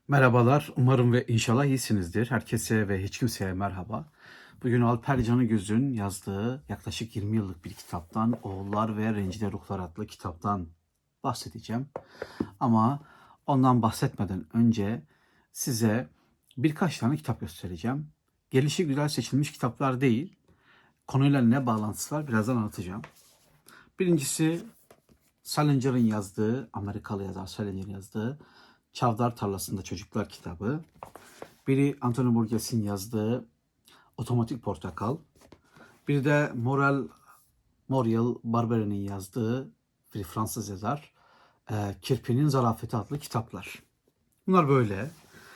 Merhabalar, umarım ve inşallah iyisinizdir. Herkese ve hiç kimseye merhaba. Bugün Alper Canıgöz'ün yazdığı yaklaşık 20 yıllık bir kitaptan, Oğullar ve Rencide Ruhlar adlı kitaptan bahsedeceğim. Ama ondan bahsetmeden önce size birkaç tane kitap göstereceğim. Gelişi güzel seçilmiş kitaplar değil, konuyla ne bağlantısı var birazdan anlatacağım. Birincisi Salinger'ın yazdığı, Amerikalı yazar Salinger'ın yazdığı Çavdar Tarlasında Çocuklar kitabı. Biri Antonio Burgess'in yazdığı Otomatik Portakal. Bir de Muriel Barbery'nin yazdığı bir Fransız yazar Kirpi'nin Zarafeti adlı kitaplar. Bunlar böyle.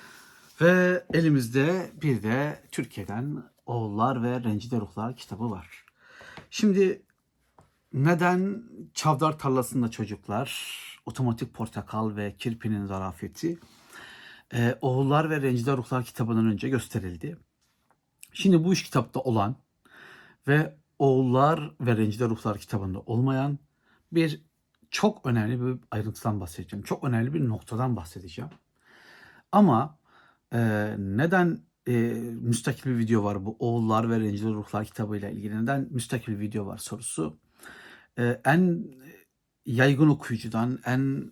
Ve elimizde bir de Türkiye'den Oğullar ve Rencide Ruhlar kitabı var. Şimdi neden Çavdar Tarlasında Çocuklar, Otomatik Portakal ve Kirpi'nin Zarafeti Oğullar ve Rencide Ruhlar kitabından önce gösterildi? Şimdi bu üç kitapta olan ve Oğullar ve Rencide Ruhlar kitabında olmayan bir çok önemli bir ayrıntıdan bahsedeceğim. Çok önemli bir noktadan bahsedeceğim. Ama neden müstakil bir video var bu Oğullar ve Rencide Ruhlar kitabıyla ilgili? Neden müstakil bir video var sorusu? En yaygın okuyucudan, en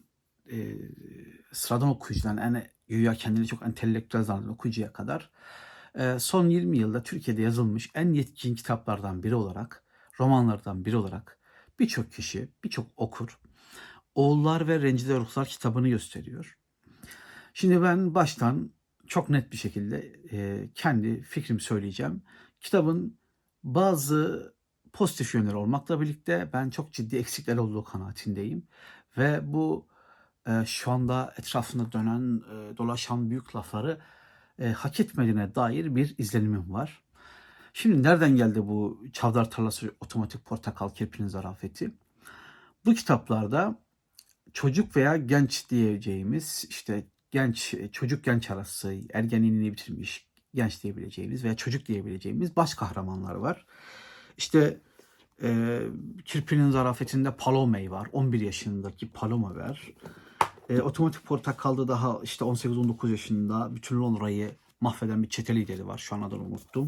sıradan okuyucudan, en güya kendini çok entelektüel zannetten okuyucuya kadar son 20 yılda Türkiye'de yazılmış en yetkin kitaplardan biri olarak, romanlardan biri olarak birçok kişi, birçok okur Oğullar ve Rencide Ruhlar kitabını gösteriyor. Şimdi ben baştan çok net bir şekilde kendi fikrimi söyleyeceğim. Kitabın bazı pozitif yönleri olmakla birlikte ben çok ciddi eksikler olduğu kanaatindeyim. Ve bu şu anda etrafında dönen, dolaşan büyük lafları hak etmediğine dair bir izlenimim var. Şimdi nereden geldi bu Çavdar Tarlası Otomatik Portakal Kirpinin Zarafeti? Bu kitaplarda çocuk veya genç diyeceğimiz işte çocuk genç arası ergenliğini bitirmiş genç diyebileceğimiz veya çocuk diyebileceğimiz baş kahramanlar var. İşte Kirpi'nin Zarafeti'nde Palomey var. 11 yaşındaki Paloma var. Otomatik Portakal'da daha işte 18-19 yaşında bütün Londra'yı mahveden bir çete lideri var. Şu an adını unuttum.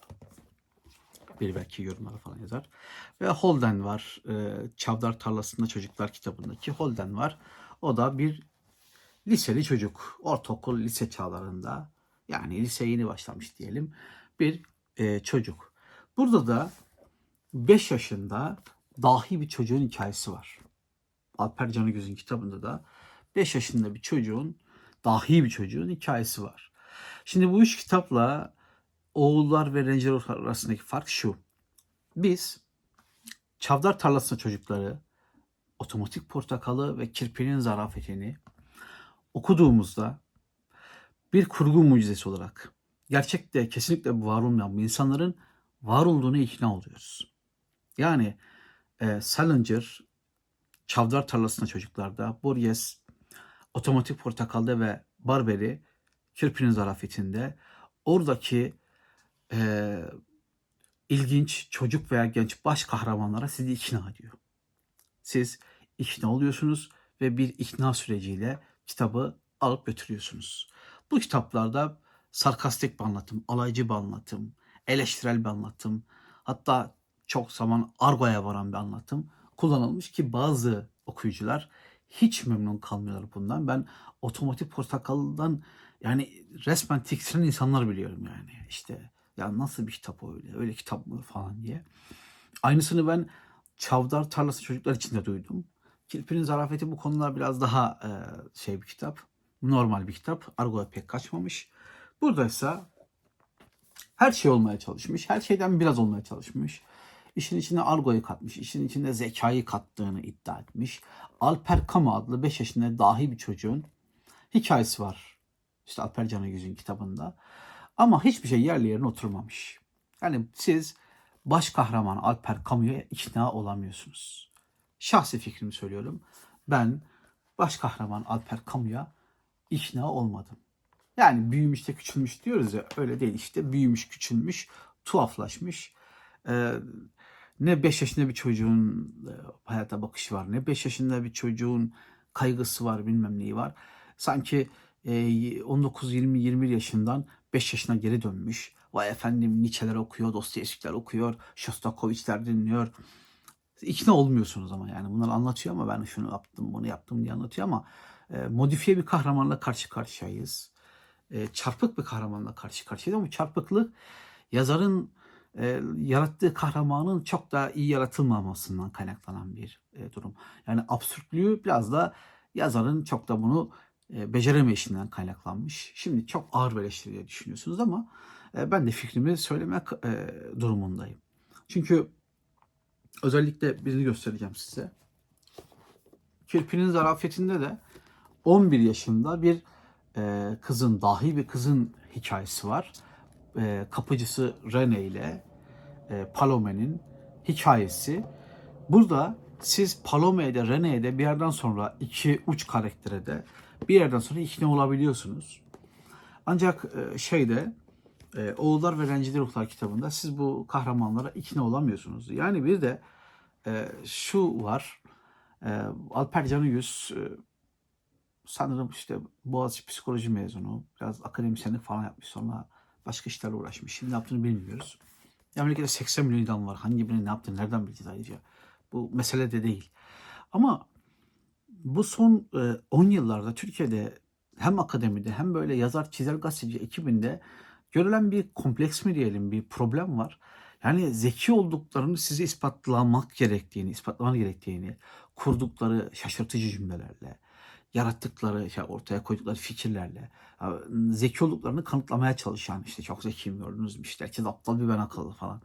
Bir belki yorumlara falan yazar. Ve Holden var. Çavdar Tarlasında Çocuklar kitabındaki Holden var. O da bir liseli çocuk. Ortaokul, lise çağlarında yani liseye yeni başlamış diyelim bir çocuk. Burada da 5 yaşında dahi bir çocuğun hikayesi var. Alper Canıgöz'ün kitabında da 5 yaşında bir çocuğun, dahi bir çocuğun hikayesi var. Şimdi bu üç kitapla Oğullar ve Rencide Ruhlar arasındaki fark şu. Biz Çavdar Tarlasında Çocukları, Otomatik Portakalı ve Kirpi'nin Zarafetini okuduğumuzda bir kurgu mucizesi olarak gerçekte kesinlikle var olmayan bu insanların var olduğunu ikna oluyoruz. Yani Salinger, Çavdar Tarlasında Çocuklar'da, Borges, Otomatik Portakal'da ve Barbery, Kirpi'nin Zarafetinde oradaki e, ilginç çocuk veya genç baş kahramanlara sizi ikna ediyor. Siz ikna oluyorsunuz ve bir ikna süreciyle kitabı alıp götürüyorsunuz. Bu kitaplarda sarkastik bir anlatım, alaycı bir anlatım, eleştirel bir anlatım, hatta çok zaman argoya varan bir anlatım kullanılmış ki bazı okuyucular hiç memnun kalmıyorlar bundan. Ben Otomatik Portakal'dan yani resmen tiksinen insanlar biliyorum yani. İşte ya nasıl bir kitap o öyle, öyle kitap mı falan diye. Aynısını ben Çavdar Tarlası Çocuklar için de duydum. Kirpi'nin Zarafeti bu konuda biraz daha bir kitap. Normal bir kitap. Argo'ya pek kaçmamış. Burada ise her şey olmaya çalışmış. Her şeyden biraz olmaya çalışmış. İşin içine argoyu katmış. İşin içinde zekayı kattığını iddia etmiş. Alper Kama adlı 5 yaşında dahi bir çocuğun hikayesi var. İşte Alper Canıgöz'ün kitabında. Ama hiçbir şey yerli yerine oturmamış. Yani siz baş kahraman Alper Camus'a ikna olamıyorsunuz. Şahsi fikrimi söylüyorum. Ben baş kahraman Alper Camus'a ikna olmadım. Yani büyümüş de küçülmüş diyoruz ya, öyle değil işte. Büyümüş, küçülmüş, tuhaflaşmış. Ee, Ne 5 yaşında bir çocuğun hayata bakışı var, ne 5 yaşında bir çocuğun kaygısı var, bilmem neyi var. Sanki 19, 20, 21 yaşından 5 yaşına geri dönmüş. Vay efendim Nietzsche'ler okuyor, Dostoyevski'ler okuyor, Shostakovich'ler dinliyor. İkna olmuyorsunuz ama yani bunları anlatıyor ama ben şunu yaptım, bunu yaptım diye anlatıyor ama modifiye bir kahramanla karşı karşıyayız. Çarpık bir kahramanla karşı karşıyayız ama bu çarpıklık yazarın yarattığı kahramanın çok da iyi yaratılmamasından kaynaklanan bir durum. Yani absürtlüğü biraz da yazarın çok da bunu beceremeyişinden kaynaklanmış. Şimdi çok ağır bir eleştiri diye düşünüyorsunuz ama ben de fikrimi söylemek durumundayım. Çünkü özellikle birini göstereceğim size. Kirpi'nin zarafetinde de 11 yaşında bir kızın, dahi bir kızın hikayesi var. Kapıcısı Rene ile Palome'nin hikayesi. Burada siz Palome'ye de Rene'ye de bir yerden sonra iki uç karaktere de bir yerden sonra ikna olabiliyorsunuz. Ancak Oğullar ve Rencide Ruhlar kitabında siz bu kahramanlara ikna olamıyorsunuz. Yani bir de şu var. Alper Canıgüz sanırım işte Boğaziçi psikoloji mezunu. Biraz akademisyenlik falan yapmış. Sonra başka işlerle uğraşmış. Şimdi ne yaptığını bilmiyoruz. Ya memlekette 80 milyon adam var. Hangi birinin ne yaptığını nereden bileceğiz ayrıca? Bu mesele de değil. Ama bu son 10 yıllarda Türkiye'de hem akademide hem böyle yazar, çizer, gazeteci ekibinde görülen bir kompleks mi diyelim, bir problem var. Yani zeki olduklarını size ispatlamak gerektiğini, ispatlaman gerektiğini, kurdukları şaşırtıcı cümlelerle, yarattıkları, ortaya koydukları fikirlerle, zeki olduklarını kanıtlamaya çalışan, işte çok zekiyim gördünüz mü, işte herkes aptal bir ben akıllı falan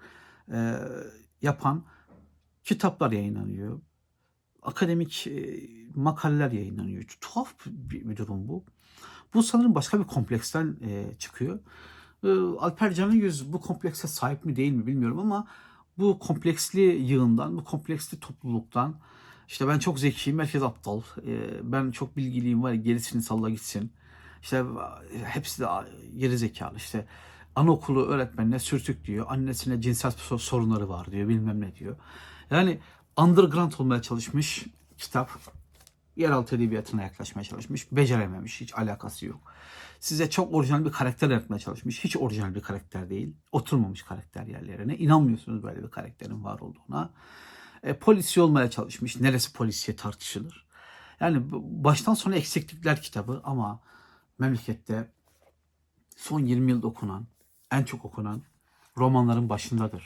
yapan kitaplar yayınlanıyor. Akademik makaleler yayınlanıyor. Tuhaf bir durum bu. Bu sanırım başka bir kompleksten çıkıyor. Alper Canıgöz bu komplekse sahip mi değil mi bilmiyorum ama bu kompleksli yığından, bu kompleksli topluluktan işte ben çok zekiyim, herkes aptal, ben çok bilgiliyim var gerisini salla gitsin. İşte hepsi de geri zekalı işte. Anaokulu öğretmenine sürtük diyor, annesine cinsel sorunları var diyor, bilmem ne diyor. Yani underground olmaya çalışmış kitap. Yeraltı edebiyatına yaklaşmaya çalışmış. Becerememiş. Hiç alakası yok. Size çok orijinal bir karakter yaratmaya çalışmış. Hiç orijinal bir karakter değil. Oturmamış karakter yerlerine. İnanmıyorsunuz böyle bir karakterin var olduğuna. Polisiye olmaya çalışmış. Neresi polisiye tartışılır. Yani baştan sona eksiklikler kitabı ama memlekette son 20 yılda okunan, en çok okunan romanların başındadır.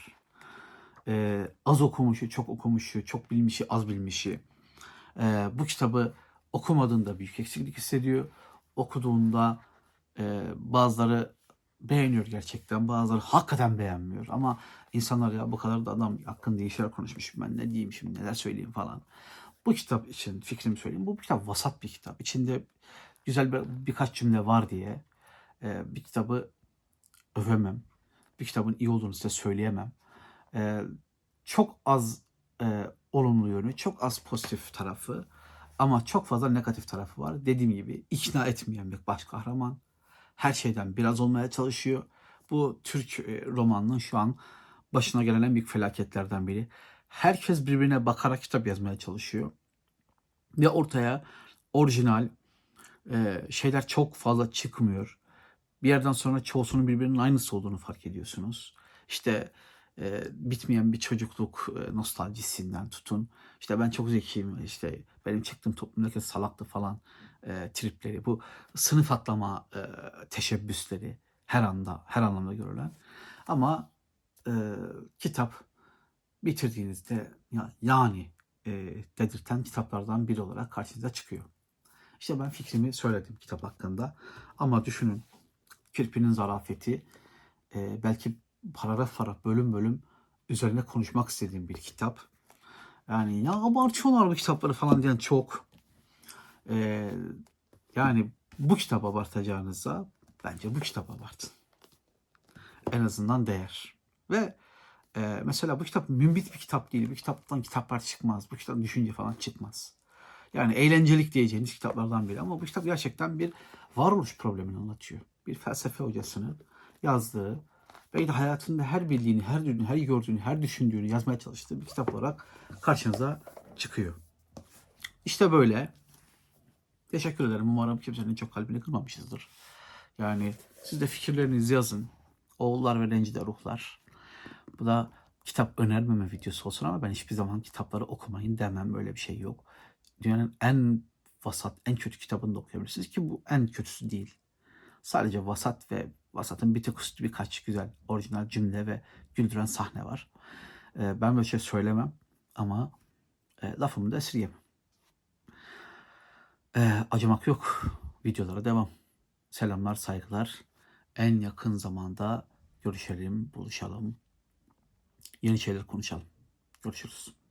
Az okumuşu, çok okumuşu, çok bilmişi, az bilmişi. Bu kitabı okumadığında büyük eksiklik hissediyor. Okuduğunda bazıları beğeniyor gerçekten, bazıları hakikaten beğenmiyor. Ama insanlar ya bu kadar da adam hakkında iyi şeyler konuşmuş, ben ne diyeyim şimdi, neler söyleyeyim falan. Bu kitap için fikrimi söyleyeyim. Bu kitap vasat bir kitap. İçinde güzel birkaç cümle var diye bir kitabı övemem. Bir kitabın iyi olduğunu size söyleyemem. Ee, Çok az olumlu yönü, çok az pozitif tarafı ama çok fazla negatif tarafı var. Dediğim gibi ikna etmeyen bir baş kahraman. Her şeyden biraz olmaya çalışıyor. Bu Türk romanının şu an başına gelen en büyük felaketlerden biri. Herkes birbirine bakarak kitap yazmaya çalışıyor. Ve ortaya orijinal şeyler çok fazla çıkmıyor. Bir yerden sonra çoğusunun birbirinin aynısı olduğunu fark ediyorsunuz. İşte bitmeyen bir çocukluk nostaljisinden tutun. İşte ben çok zekiyim, işte benim çıktığım toplumdaki salaktı falan tripleri. Bu sınıf atlama teşebbüsleri her anda, her anlamda görülen. Ama e, kitap bitirdiğinizde yani dedirten kitaplardan biri olarak karşınıza çıkıyor. İşte ben fikrimi söyledim kitap hakkında. Ama düşünün Kirpi'nin zarafeti belki paragraf paragraf bölüm bölüm üzerine konuşmak istediğim bir kitap. Yani ya abartıyorlar bu kitapları falan diyen çok. E, Yani bu kitap abartacağınıza bence bu kitap abartın. En azından değer. Ve mesela bu kitap mümbit bir kitap değil. Bu kitaptan kitaplar çıkmaz. Bu kitaptan düşünce falan çıkmaz. Yani eğlencelik diyeceğiniz kitaplardan biri. Ama bu kitap gerçekten bir varoluş problemini anlatıyor. Bir felsefe hocasının yazdığı, belki de hayatında her bildiğini, her duyduğunu, her gördüğünü, her düşündüğünü yazmaya çalıştığı bir kitap olarak karşınıza çıkıyor. İşte böyle Teşekkür ederim. Umarım kimsenin çok kalbini kırmamışızdır. Yani siz de fikirlerinizi yazın. Oğullar ve Rencide Ruhlar. Bu da kitap önermeme videosu olsun ama ben hiçbir zaman kitapları okumayın demem. Böyle bir şey yok. Dünyanın en vasat, en kötü kitabını da okuyabilirsiniz ki bu en kötüsü değil. Sadece vasat ve vasatın bir tık üstü birkaç güzel orijinal cümle ve güldüren sahne var. Ben böyle şey söylemem ama lafımı da esirgemem. Acımak yok. Videolara devam. Selamlar, saygılar. En yakın zamanda görüşelim, buluşalım. Yeni şeyler konuşalım. Görüşürüz.